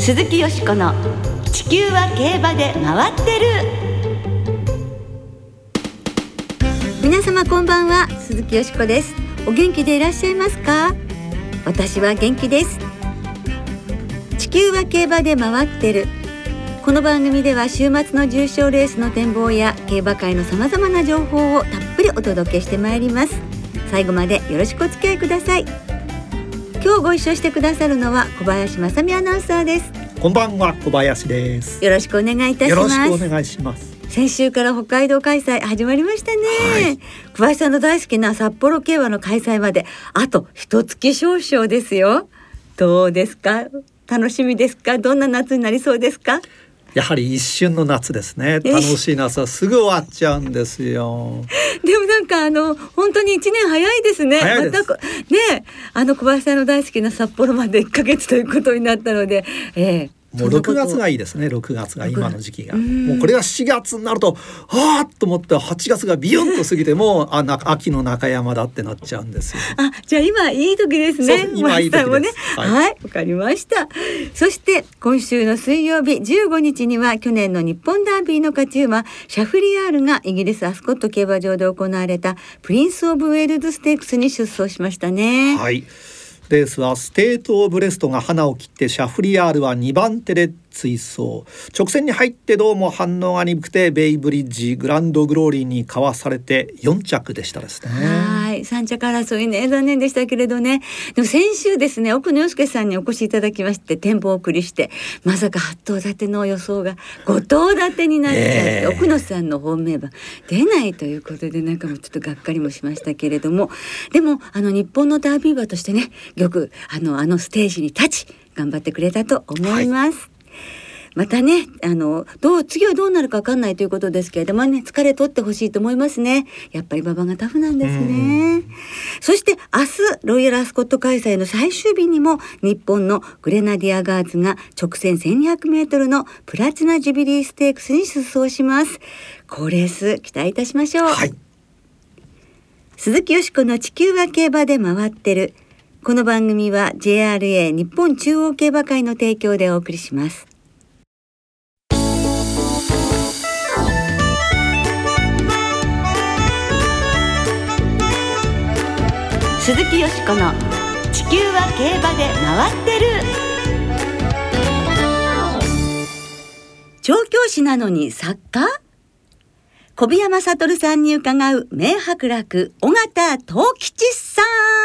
鈴木よしこの地球は競馬で回ってる。皆様こんばんは、鈴木よしこです。お元気でいらっしゃいますか？私は元気です。地球は競馬で回ってる。この番組では週末の重賞レースの展望や競馬界のさまざまな情報をたっぷりお届けしてまいります。最後までよろしくお付き合いください。今日ご一緒してくださるのは小林正美アナウンサーです。 こんばんは、小林です。 よろしくお願いいたします。 よろしくお願いします。 先週から北海道開催始まりましたね、 はい、 小林さんの大好きな札幌競馬の開催まであと一月少々ですよ。どうですか？楽しみですか？どんな夏になりそうですか？ やはり一瞬の夏ですね。楽しい夏はすぐ終わっちゃうんですよ。 でもなんか本当に1年早いですね。 早いです。 またね、小林さんの大好きな札幌まで1ヶ月ということになったので、 もう6月がいいですね。6月が今の時期がもうこれが4月になるとはーっと思って8月がビヨンと過ぎてもう秋の中山だってなっちゃうんですよ。 じゃあ今いい時ですね。 今いい時です。 ね、はい、わかりました。そして今週の水曜日15日には去年の日本ダービーの勝ち馬シャフリヤールがイギリスアスコット競馬場で行われたプリンスオブウェールズステークスに出走しましたね。 はい、レースはステートオブレストが花を切ってシャフリヤールは2番手で追走。直線に入ってどうも反応が鈍くてベイブリッジグランドグローリーにかわされて4着でしたですね。 はい、3着争いね、残念でしたけれどね。でも先週ですね、奥野洋介さんにお越しいただきまして展望をお送りしてまさか8頭立ての予想が5頭立てになっちゃって、奥野さんの本命馬出ないということでなんかもうちょっとがっかりもしましたけれども、でも日本のダービー馬としてねよくステージに立ち頑張ってくれたと思います、はい。またね次はどうなるか分かんないということですけれどもね、疲れ取ってほしいと思いますね。やっぱり馬場がタフなんですね。そして明日ロイヤルアスコット開催の最終日にも日本のグレナディアガーズが直線 1200m のプラチナジュビリーステークスに出走します。好レース期待いたしましょう、はい、鈴木よしこの地球は競馬で回ってる。この番組は JRA 日本中央競馬会の提供でお送りします。鈴木よしこの地球は競馬で回ってる。調教師なのに作家？小檜山悟さんに伺う名伯楽尾形藤吉さん。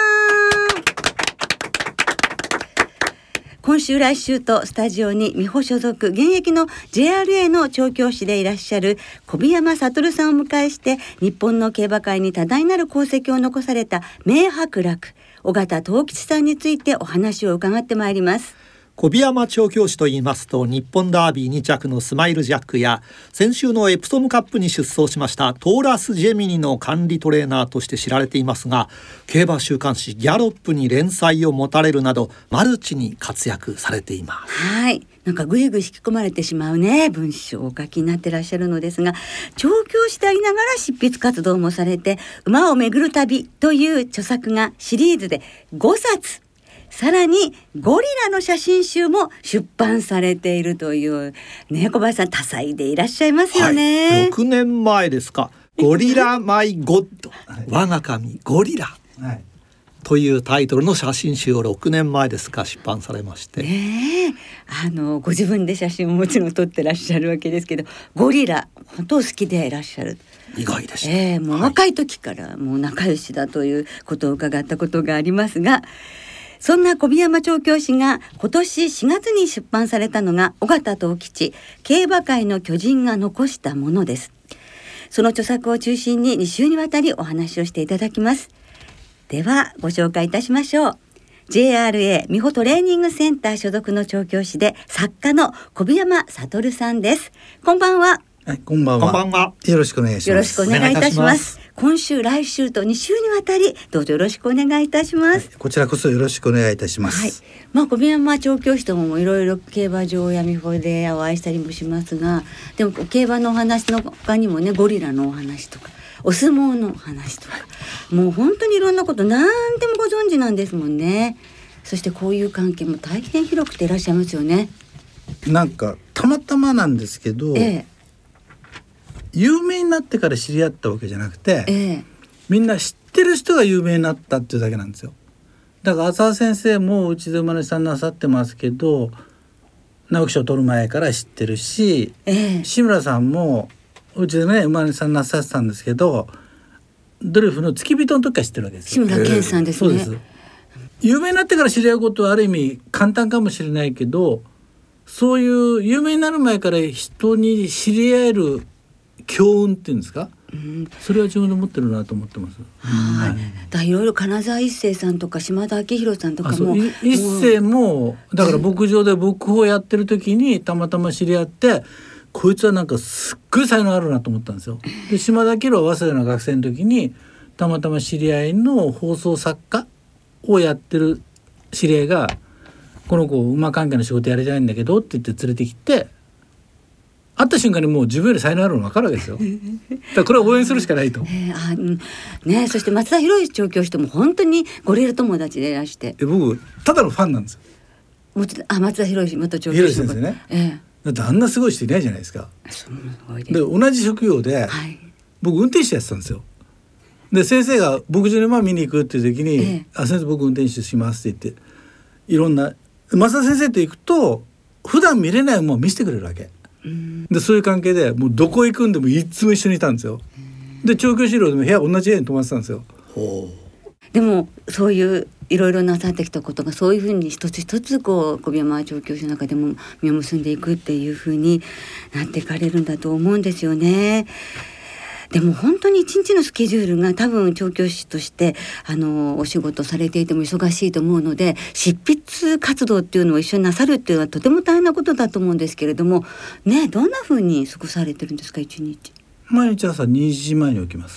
今週来週とスタジオに美穂所属現役の JRA の調教師でいらっしゃる小檜山悟さんをお迎えして日本の競馬界に多大なる功績を残された名伯楽尾形藤吉さんについてお話を伺ってまいります。 小檜山調教師といいますと日本ダービー2着のスマイルジャックや先週のエプソムカップに出走しましたトーラスジェミニの管理トレーナーとして知られていますが、競馬週刊誌ギャロップに連載を持たれるなどマルチに活躍されています。 はい、なんかぐいぐい引き込まれてしまうね文章をお書きになってらっしゃるのですが、調教師でありながら執筆活動もされて馬をめぐる旅という著作がシリーズで5冊、さらにゴリラの写真集も出版されているというね、小林さん多彩でいらっしゃいますよね、 はい、6年前ですか。ゴリラマイゴッド我が神ゴリラ、はい、というタイトルの写真集を6年前ですか出版されまして、 ご自分で写真をもちろん撮ってらっしゃるわけですけど、ゴリラ本当好きでいらっしゃる。 意外でした、 もう若い時からもう仲良しだということを伺ったことがありますが、そんな小檜山調教師が今年4月に出版されたのが尾形藤吉競馬界の巨人が残したものです。その著作を中心に2週にわたりお話をしていただきます。ではご紹介いたしましょう。 JRA 美穂トレーニングセンター所属の調教師で作家の小檜山悟さんです。こんばんは。 はい、こんばんは。 こんばんは。 よろしくお願いします。 よろしくお願いいたします。今週来週と2週にわたりどうぞよろしくお願いいたします、 こちらこそよろしくお願いいたします、 小檜山調教師ともいろいろ競馬場や美穂でお会いしたりもしますが、でも競馬のお話の他にもね、ゴリラのお話とかお相撲のお話とか、もう本当にいろんなこと何でもご存知なんですもんね。そしてこういう関係も大変広くていらっしゃいますよね。 なんかたまたまなんですけど、有名になってから知り合ったわけじゃなくて、みんな知ってる人が有名になったっていうだけなんですよ。だから浅田先生もうちで馬主さんなさってますけど、直木賞取る前から知ってるし、志村さんもうちでね馬主さんなさってたんですけど、ドリフの付き人の時から知ってるわけですよ。 志村けんさんですね。 そうです。有名になってから知り合うことはある意味簡単かもしれないけど、そういう有名になる前から人に知り合える強運っていうんですか、それは自分で持ってるなと思ってます。 いろいろ金沢一生さんとか島田明宏さんとかも、 一生もだから牧場で牧法やってる時にたまたま知り合って、こいつはなんかすっごい才能あるなと思ったんですよ。で島田明宏は早稲田の学生の時にたまたま知り合いの放送作家をやってる知り合いが、この子馬関係の仕事やりたいんだけどって言って連れてきて、会った瞬間にもう自分より才能あるの分かるわけですよ。だからこれは応援するしかないと。 そして松田博之調教師とも本当にゴリラ友達でいらして、 僕ただのファンなんですよ。 松田博之元調教師先生ね、だってあんなすごい人いないじゃないですか。で同じ職業で、僕運転手やってたんですよ。で先生が牧場に馬見に行くっていう時に、先生僕運転手しますって言って、いろんな増田先生と行くと普段見れない馬を見せてくれるわけで、そういう関係でもうどこ行くんでもいつも一緒にいたんですよ。で調教師寮でも部屋同じ部屋に泊まってたんですよ。 でもそういういろいろなさってきたことがそういうふうに一つ一つ小宮山調教師の中でも実を結んでいくっていうふうになっていかれるんだと思うんですよね。でも本当に一日のスケジュールが多分調教師としてお仕事されていても忙しいと思うので、執筆活動っていうのを一緒になさるっていうのはとても大変なことだと思うんですけれどもね、どんな風に過ごされてるんですか？一日毎日朝2時前に起きます。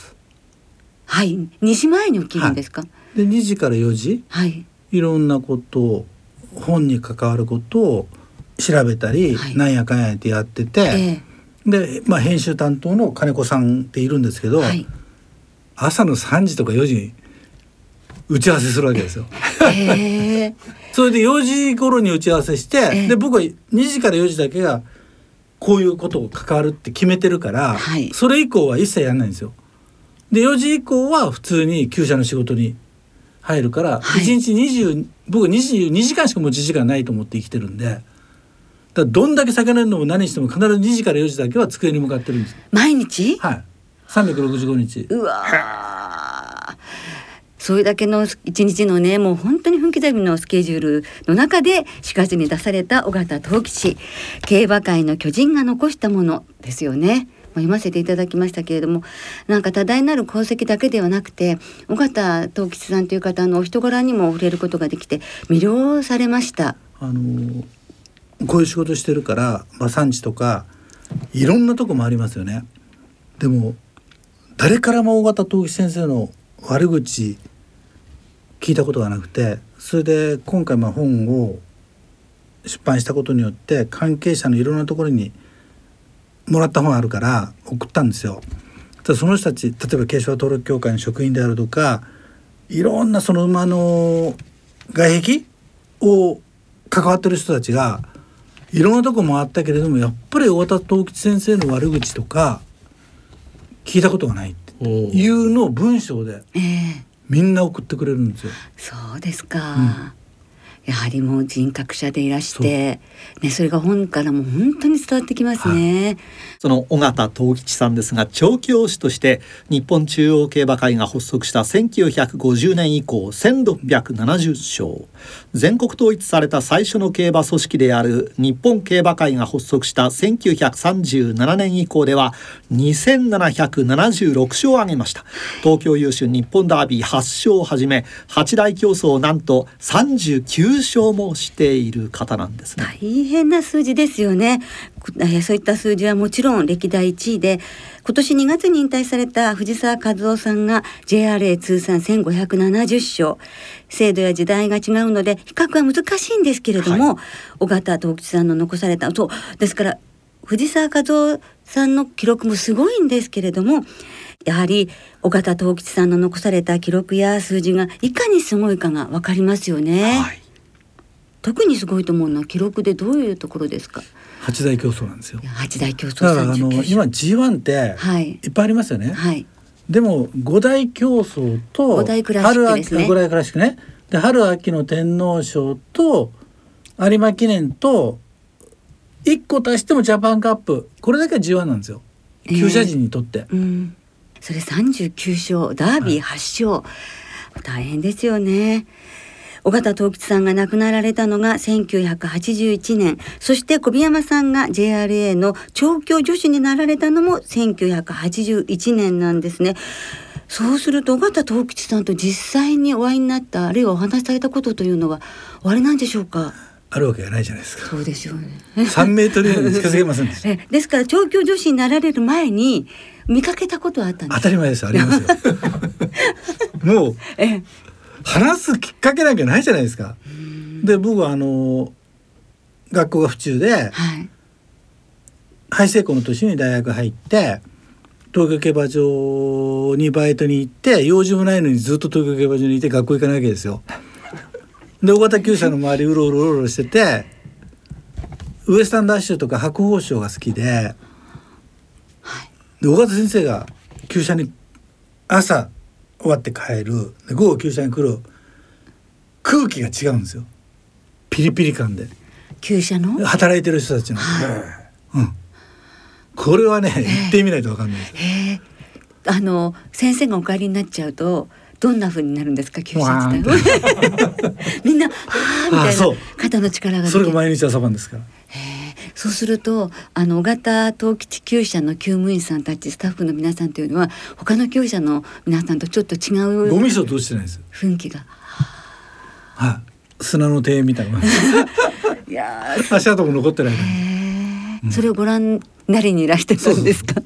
2時前に起きるんですか？ で2時から4時、いろんなことを本に関わることを調べたり、なんやかんやってやってて、で、編集担当の金子さんっているんですけど、朝の3時とか4時に打ち合わせするわけですよ。それで4時頃に打ち合わせして、で僕は2時から4時だけがこういうことを関わるって決めてるから、それ以降は一切やんないんですよ。で4時以降は普通に厩舎の仕事に入るから、1日僕22時間しか持ち時間ないと思って生きてるんで、だどんだけ酒飲んでも何しても必ず2時から4時だけは机に向かってるんです。 毎日 ？365日。 うわ、それだけの一日のね、もう本当に分刻みのスケジュールの中で4月に出された尾形藤吉、競馬界の巨人が残したものですよね。読ませていただきましたけれども、なんか多大なる功績だけではなくて、尾形藤吉さんという方のお人柄にも触れることができて魅了されました。 こういう仕事してるから、産地とかいろんなとこもありますよね。でも誰からも尾形藤吉先生の悪口聞いたことがなくて、それで今回本を出版したことによって関係者のいろんなところにもらった本あるから送ったんですよ。ただその人たち、例えば軽症登録協会の職員であるとか、いろんなその馬の外壁を関わってる人たちがいろんなとこもあったけれども、やっぱり尾形藤吉先生の悪口とか聞いたことがないっていうのを文章でみんな送ってくれるんですよ。 そうですか、やはりもう人格者でいらして、それが本からも本当に伝わってきますね。 その尾形藤吉さんですが、調教師として日本中央競馬会が発足した1950年以降1670勝、全国統一された最初の競馬組織である日本競馬会が発足した1937年以降では2776勝を挙げました。東京優秀日本ダービー8勝をはじめ8大競争をなんと39勝もしている方なんですね。 大変な数字ですよね。そういった数字はもちろん歴代1位で、今年2月に引退された藤沢和夫さんが JRA 通算1570勝。制度や時代が違うので比較は難しいんですけれども、尾形藤吉さんの残された、そうですから藤沢和夫さんの記録もすごいんですけれども、やはり尾形藤吉さんの残された記録や数字がいかにすごいかが分かりますよね。 特にすごいと思うのは記録でどういうところですか？ 8大競争なんですよ。 8大競争だから 39 今 G1 ってはいいっぱいありますよね、 はい、 でも5大競争と 5大クラシックですね。 5大クラシックね。で春秋の天皇賞と有馬記念と1個足してもジャパンカップ、これだけは G1 なんですよ、厩舎人にとって、 それ39勝ダービー8勝、大変ですよね。尾形藤吉さんが亡くなられたのが1981年、そして小檜山さんが JRA の調教助手になられたのも1981年なんですね。そうすると尾形藤吉さんと実際にお会いになった、あるいはお話しされたことというのはおあれなんでしょうか？ あるわけがないじゃないですか。 そうですよね。 3メートル以内に近づけませんでしたですから調教助手になられる前に見かけたことはあったんですか？ 当たり前です、ありますよもう話すきっかけなんかないじゃないですか。で僕は学校が府中で、はい、廃成校の年に大学入って東京競馬場にバイトに行って、用事もないのにずっと東京競馬場にいて学校行かないわけですよ。で大型厩舎の周りうろうろうろうろしてて、ウエスタンダッシュとか白鵬賞が好きで、で大型先生が厩舎に朝終わって帰る、で午後厩舎に来る、空気が違うんですよ、ピリピリ感で。 厩舎の働いてる人たちの、これはね、行ってみないと分かんないです。 先生がお帰りになっちゃうとどんな風になるんですか？厩舎自体みんなはーみたいな肩の力が出て、 それが毎日朝晩ですから。 そうすると尾形藤吉厩舎の厩務員さんたち、スタッフの皆さんというのは他の厩舎の皆さんとちょっと違うゴミ処通してないです。 雰囲気が、 砂の庭園みたいないや足跡も残ってない、 それをご覧なりにいらしてたんですか？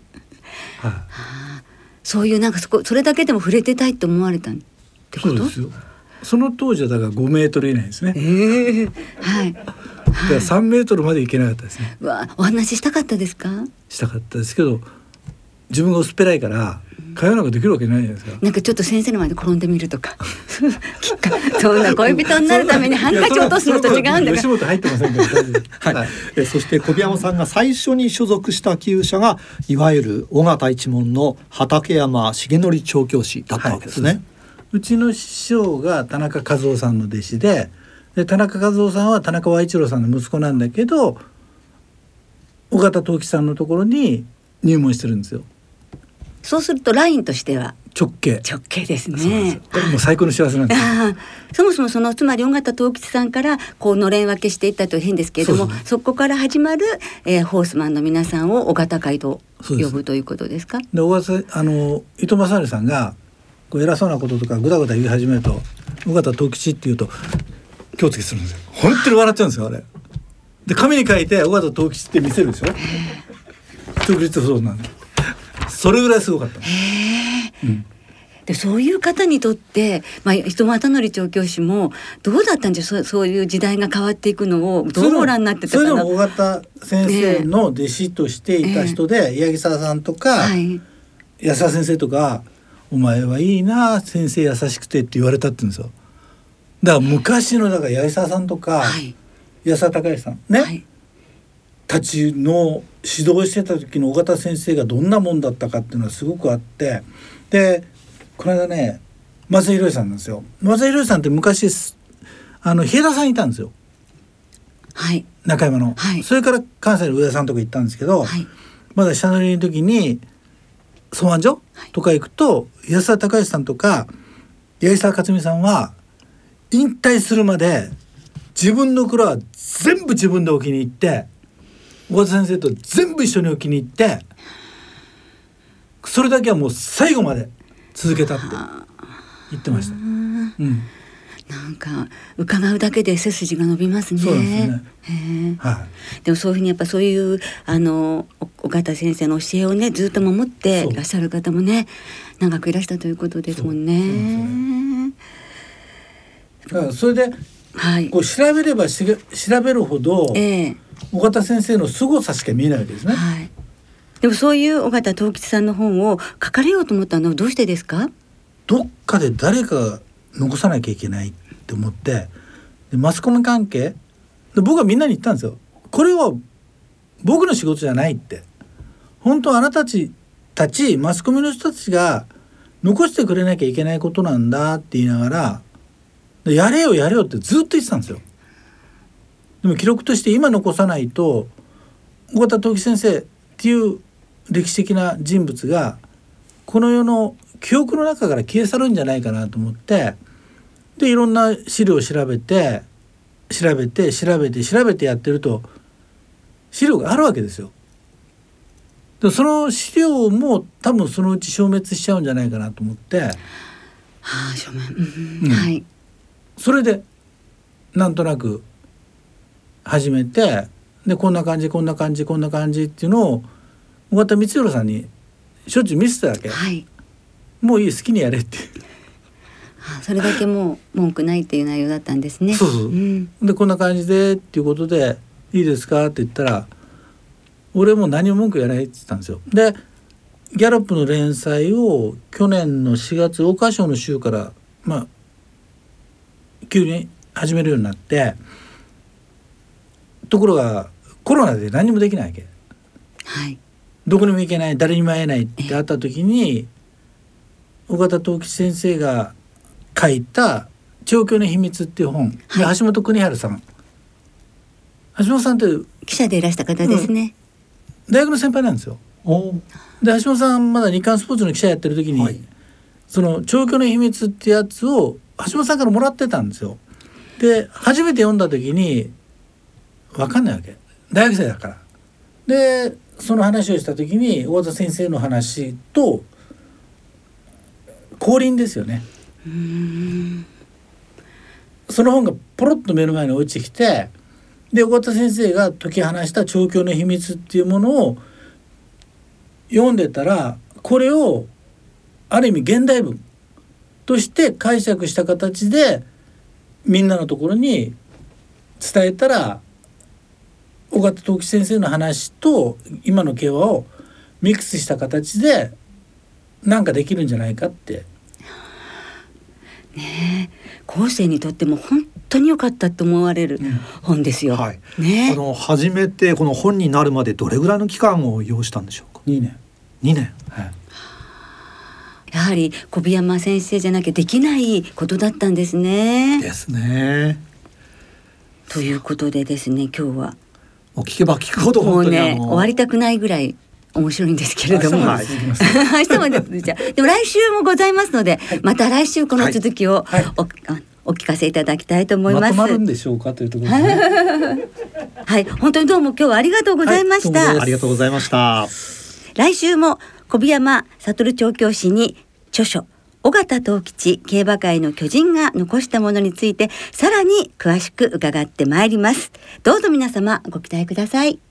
そういうなんかそれだけでも触れてたいと思われたってこと？ そうですよ。その当時はだから5メートル以内ですね。 はい。 だから3メートルまで行けなかったですね。 お話ししたかったですか？ したかったですけど、自分が薄っぺらいから会話なんかできるわけないじゃないですか。 なんかちょっと先生の前で転んでみるとかそんな恋人になるためにハンカチ落とすのと違うんだから。 吉本入ってませんからはい、そして小檜山さんが最初に所属した厩舎がいわゆる尾形一門の畠山重則調教師だったわけですね。 うちの師匠が田中和夫さんの弟子で、田中和夫さんは田中和一郎さんの息子なんだけど、尾形藤吉さんのところに入門してるんですよ。 そうするとラインとしては直系ですね。 これもう最高の幸せなんですそもそもつまり尾形藤吉さんからこうのれん分けしていったと変ですけれども、そこから始まる、ホースマンの皆さんを尾形会と呼ぶということですか？ で伊藤正則さんがこう偉そうなこととかぐだぐだ言い始めると、尾形藤吉っていうと気をつけするんですよ。本当に笑っちゃうんですよ、あれで。紙に書いて尾形藤吉って見せるんですよ。直立不動なんで、それぐらいすごかった。 でそういう方にとって、伊藤正則調教師もどうだったんでしょう。そういう時代が変わっていくのをどうご覧になってたかな。 それでも尾形先生の弟子としていた人で、八木沢さんとか、安田先生とか、お前はいいな先生優しくてって言われたって言うんですよ。だから昔の八木沢さんとか、安田隆之さんね、たちの指導してた時の尾形先生がどんなもんだったかっていうのはすごくあって、でこの間ね、松井宏さんなんですよ。松井宏さんって昔日枝さんいたんですよ、中山の、それから関西の上田さんとか行ったんですけど、まだ下乗りの時に草案所とか行くと、安田隆之さんとか八木沢克美さんは引退するまで自分の蔵は全部自分で置きに行って、尾形先生と全部一緒に置きに行って、それだけはもう最後まで続けたって言ってました。 なんか伺うだけで背筋が伸びますね。 そうですね。 でもそういうふうにやっぱそういう尾形先生の教えをねずっと守っていらっしゃる方もね長くいらしたということですもんね。 それで、こう調べれば調べるほど、尾形先生の凄さしか見えないわけですね。 でもそういう尾形藤吉さんの本を書かれようと思ったのはどうしてですか？ どっかで誰かが残さなきゃいけないって思って、でマスコミ関係で僕はみんなに言ったんですよ。これは僕の仕事じゃないって。本当はあなたたちマスコミの人たちが残してくれなきゃいけないことなんだって言いながら、やれよやれよってずっと言ってたんですよ。でも記録として今残さないと、緒方藤吉先生っていう歴史的な人物がこの世の記憶の中から消え去るんじゃないかなと思って、でいろんな資料を調べてやってると資料があるわけですよ。でその資料も多分そのうち消滅しちゃうんじゃないかなと思って、 消滅、はい、 それでなんとなく始めて、でこんな感じっていうのを緒方光弘さんにしょっちゅう見せたわけ、 はい、 もういい好きにやれってそれだけもう文句ないっていう内容だったんですね。 そう、でこんな感じでっていうことでいいですかって言ったら、俺も何も文句言わないって言ったんですよ。でギャロップの連載を去年の4月桜花賞の週から急に始めるようになって、ところがコロナで何もできないわけ、 はい、どこにも行けない、誰にも会えないってあった時に、緒方藤吉先生が書いた調教の秘密っていう本、はい、橋本邦治さん、橋本さんって記者でいらした方ですね、 大学の先輩なんですよ。で橋本さんまだ日刊スポーツの記者やってる時に、はい、その調教の秘密ってやつを橋本さんからもらってたんですよ。で初めて読んだ時に分かんないわけ、大学生だから。でその話をした時に緒方先生の話と降臨ですよね。その本がポロッと目の前に落ちてきて、で緒方先生が解き放した調教の秘密っていうものを読んでたら、これをある意味現代文として解釈した形でみんなのところに伝えたら、緒方藤吉先生の話と今の競馬をミックスした形でなんかできるんじゃないかってね。後世にとっても本当に良かったと思われる本ですよ、 はい、ね、初めてこの本になるまでどれぐらいの期間を要したんでしょうか。 2年、 はい、 やはり小檜山先生じゃなきゃできないことだったんですね。 ですね。 ということでですね、今日はもう聞けば聞くほど本当にもうね終わりたくないぐらい面白いんですけれども、明日までじゃでも来週もございますので、はい、また来週この続きをお聞かせいただきたいと思います。 まとまるんでしょうかというところですねはい、本当にどうも今日はありがとうございました、 はい、ありがとうございました。 来週も小檜山悟調教師に著書緒方藤吉競馬界の巨人が残したものについてさらに詳しく伺ってまいります。どうぞ皆様ご期待ください。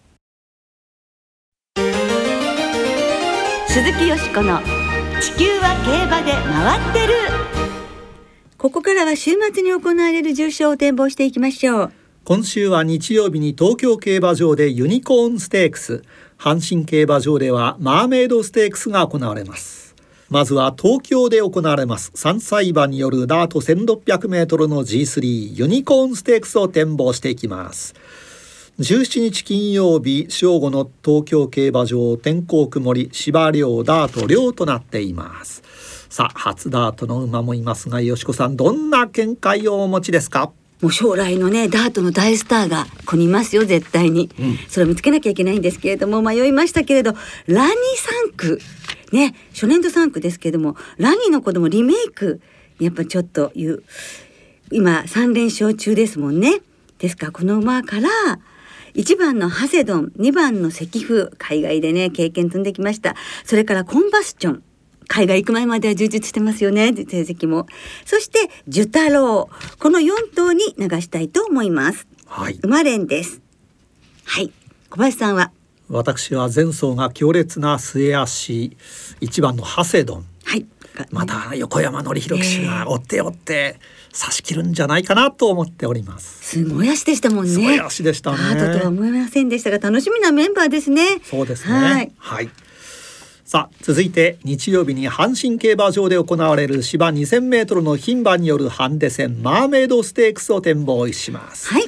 鈴木よしこの地球は競馬で回ってる。ここからは週末に行われる重賞を展望していきましょう。 今週は日曜日に東京競馬場でユニコーンステークス、阪神競馬場ではマーメイドステークスが行われます。まずは東京で行われます3歳馬によるダート 1600m の G3 ユニコーンステークスを展望していきます。17日金曜日正午の東京競馬場、天候曇り、芝涼ダート涼となっています。さあ初ダートの馬もいますが、よしこさんどんな見解をお持ちですか。 もう将来のねダートの大スターがここにいますよ絶対に、それを見つけなきゃいけないんですけれども、迷いましたけれどラニー3区ね、初年度3区ですけれども、ラニーの子供リメイクやっぱちょっと今3連勝中ですもんね。ですからこの馬から1番のハセドン、2番の石風、海外でね経験積んできました。それからコンバスチョン、海外行く前までは充実してますよね、成績も。そしてジュタロー、この4頭に流したいと思います。 はい、 馬連です。はい、小林さんは。 私は前走が強烈な末脚1番のハセドン、 はい、 また横山典弘騎手が追って差し切るんじゃないかなと思っております。 すごい足でしたもんね。 すごい足でしたね。 ハートとは思いませんでしたが楽しみなメンバーですね。 そうですね。はい、はい、さあ続いて日曜日に阪神競馬場で行われる芝 2000m の牝馬によるハンデ戦マーメイドステークスを展望します。 はい、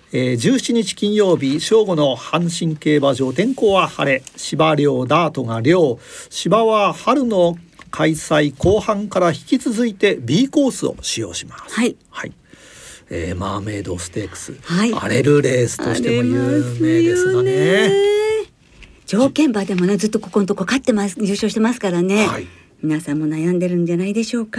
17日金曜日正午の阪神競馬場、天候は晴れ、芝涼、ダートが涼、芝は春の開催後半から引き続いて B コースを使用します。 はい、 はい。マーメイドステークス、 はい、 荒れるレースとしても有名ですがね。 条件馬でもねずっとここのとこ勝ってます、優勝してますからね、 はい、 皆さんも悩んでるんじゃないでしょうか。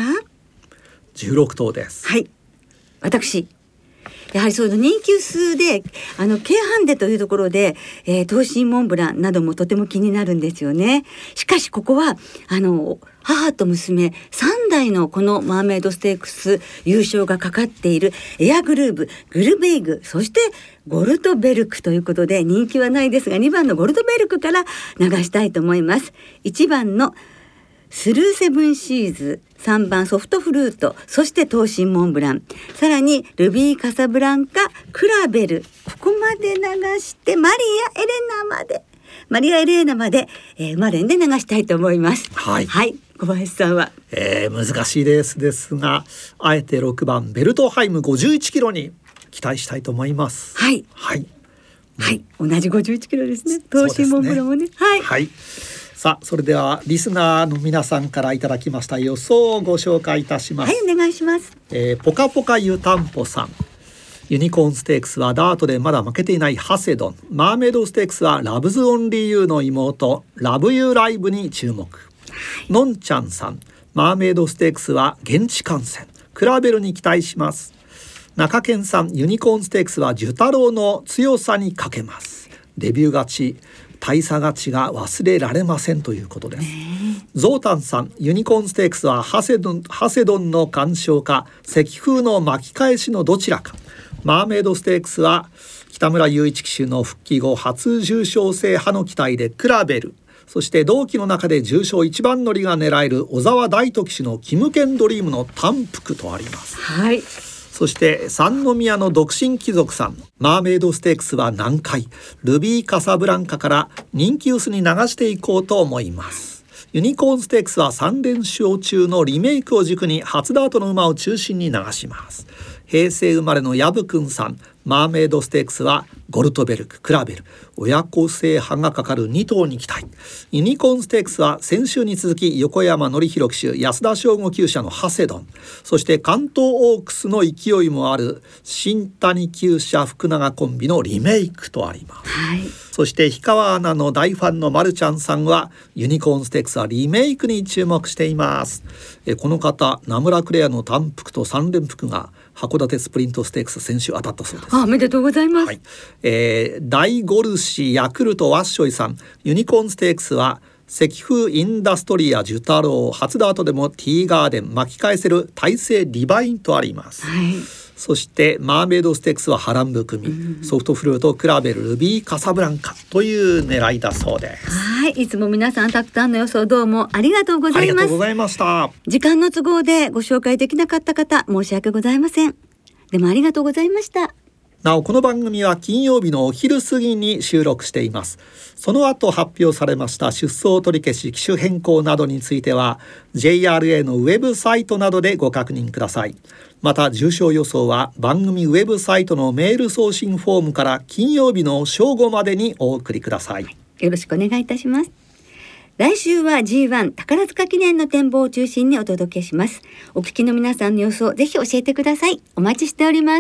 16頭です。 はい、私やはりそういう人気薄で京阪でというところで、東進モンブランなどもとても気になるんですよね。しかしここは母と娘3代のこのマーメイドステークス優勝がかかっているエアグルーブ、グルベイグ、そしてゴルトベルクということで人気はないですが2番のゴルトベルクから流したいと思います。1番のスルーセブンシーズ、3番ソフトフルート、そして東進モンブラン、さらにルビーカサブランカ、クラベル、ここまで流してマリアエレーナまで、馬連で流したいと思います。 はい、 はい、小林さんは、 難しいレースですが、あえて6番ベルトハイム51キロに期待したいと思います。 はいはい、はい、同じ51キロですね。東進モンブランもね、はい、はい、 さあそれではリスナーの皆さんからいただきました予想をご紹介いたします。 はい、お願いします。 ポカポカ湯たんぽさん、ユニコーンステークスはダートでまだ負けていないハセドン、マーメイドステークスはラブズオンリーユーの妹ラブユーライブに注目。のんちゃんさん、マーメイドステークスは現地観戦、クラベルに期待します。中堅さん、ユニコーンステークスはジュタロウの強さにかけます。デビュー勝ち、大差勝ちが忘れられませんということです。ゾウタンさん、ユニコーンステークスはハセドンの完勝か石風の巻き返しのどちらか。マーメイドステークスは北村雄一騎手の復帰後初重賞制覇の期待でクラベル、そして同期の中で重賞一番乗りが狙える小沢大斗騎手のキムケンドリームの単服とあります。 はい、 そして三宮の独身貴族さん、マーメイドステークスは南海ルビーカサブランカから人気薄に流していこうと思います。ユニコーンステークスは3連勝中のリメイクを軸に初ダートの馬を中心に流します。平成生まれのヤブくんさん、マーメイドステークスはゴルトベルク、クラベル、親子制覇がかかる2頭に期待。ユニコーンステークスは先週に続き横山典弘騎手、安田翔吾厩舎のハセドン、そして関東オークスの勢いもある新谷厩舎福永コンビのリメイクとあります。 はい、 そして氷川アナの大ファンのマルちゃんさんはユニコーンステークスはリメイクに注目しています。この方、ナムラクレアの単服と3連服が函館スプリントステークス先週当たったそうです。 おめでとうございます。 はい、大ゴルシヤクルトワッショイさん、ユニコーンステークスは石風インダストリア、ジュタロウ、初ダートでもティーガーデン、巻き返せる大勢リバインとあります。 はい、 そしてマーメイドステークスは波乱含み、ソフトフルート、クラベル、ルビーカサブランカという狙いだそうです。 はい、いつも皆さんたくさんの予想どうもありがとうございます。 ありがとうございました。 時間の都合でご紹介できなかった方申し訳ございません。でもありがとうございました。 なおこの番組は金曜日のお昼過ぎに収録しています。その後発表されました出走取り消し、機種変更などについては JRA のウェブサイトなどでご確認ください。また重賞予想は番組ウェブサイトのメール送信フォームから金曜日の正午までにお送りください。 よろしくお願いいたします。来週は G1 宝塚記念の展望を中心にお届けします。お聞きの皆さんの予想ぜひ教えてください。お待ちしております。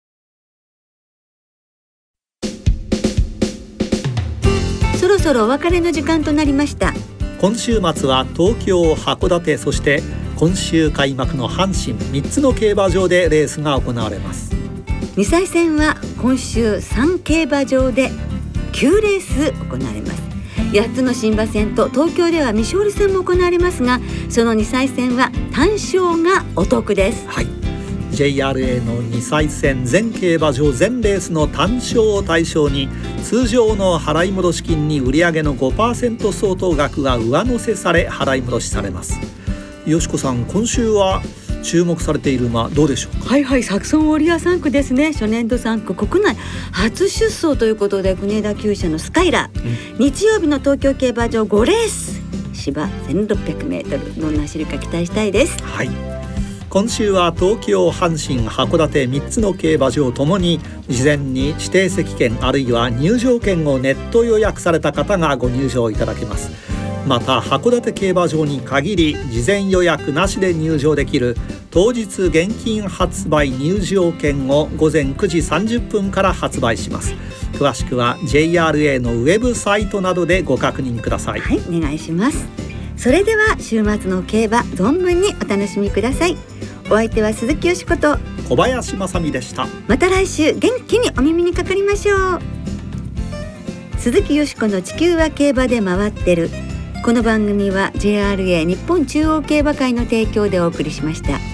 そろそろお別れの時間となりました。 今週末は東京、函館、そして今週開幕の阪神3つの競馬場でレースが行われます。 2歳戦は今週3競馬場で9レース行われます。8つの新馬戦と東京では未勝利戦も行われますが、その2歳戦は単勝がお得です。 はい、JRA の2歳戦全競馬場全レースの単勝を対象に通常の払い戻し金に売上の 5% 相当額が上乗せされ払い戻しされます。よしこさん、今週は注目されている馬どうでしょうか。 はいはい、サクソンウォリアー3区ですね。初年度3区国内初出走ということで国枝厩舎のスカイラー、日曜日の東京競馬場5レース芝 1600m どんな走りか期待したいです。 はい、 今週は東京、阪神、函館3つの競馬場ともに事前に指定席券あるいは入場券をネット予約された方がご入場いただけます。また函館競馬場に限り事前予約なしで入場できる当日現金発売入場券を午前9時30分から発売します。詳しくは JRA のウェブサイトなどでご確認ください。 はい、お願いします。それでは週末の競馬存分にお楽しみください。お相手は鈴木よしこと小林正美でした。 また来週元気にお耳にかかりましょう。鈴木よしこの地球は競馬で回ってる。この番組は JRA 日本中央競馬会の提供でお送りしました。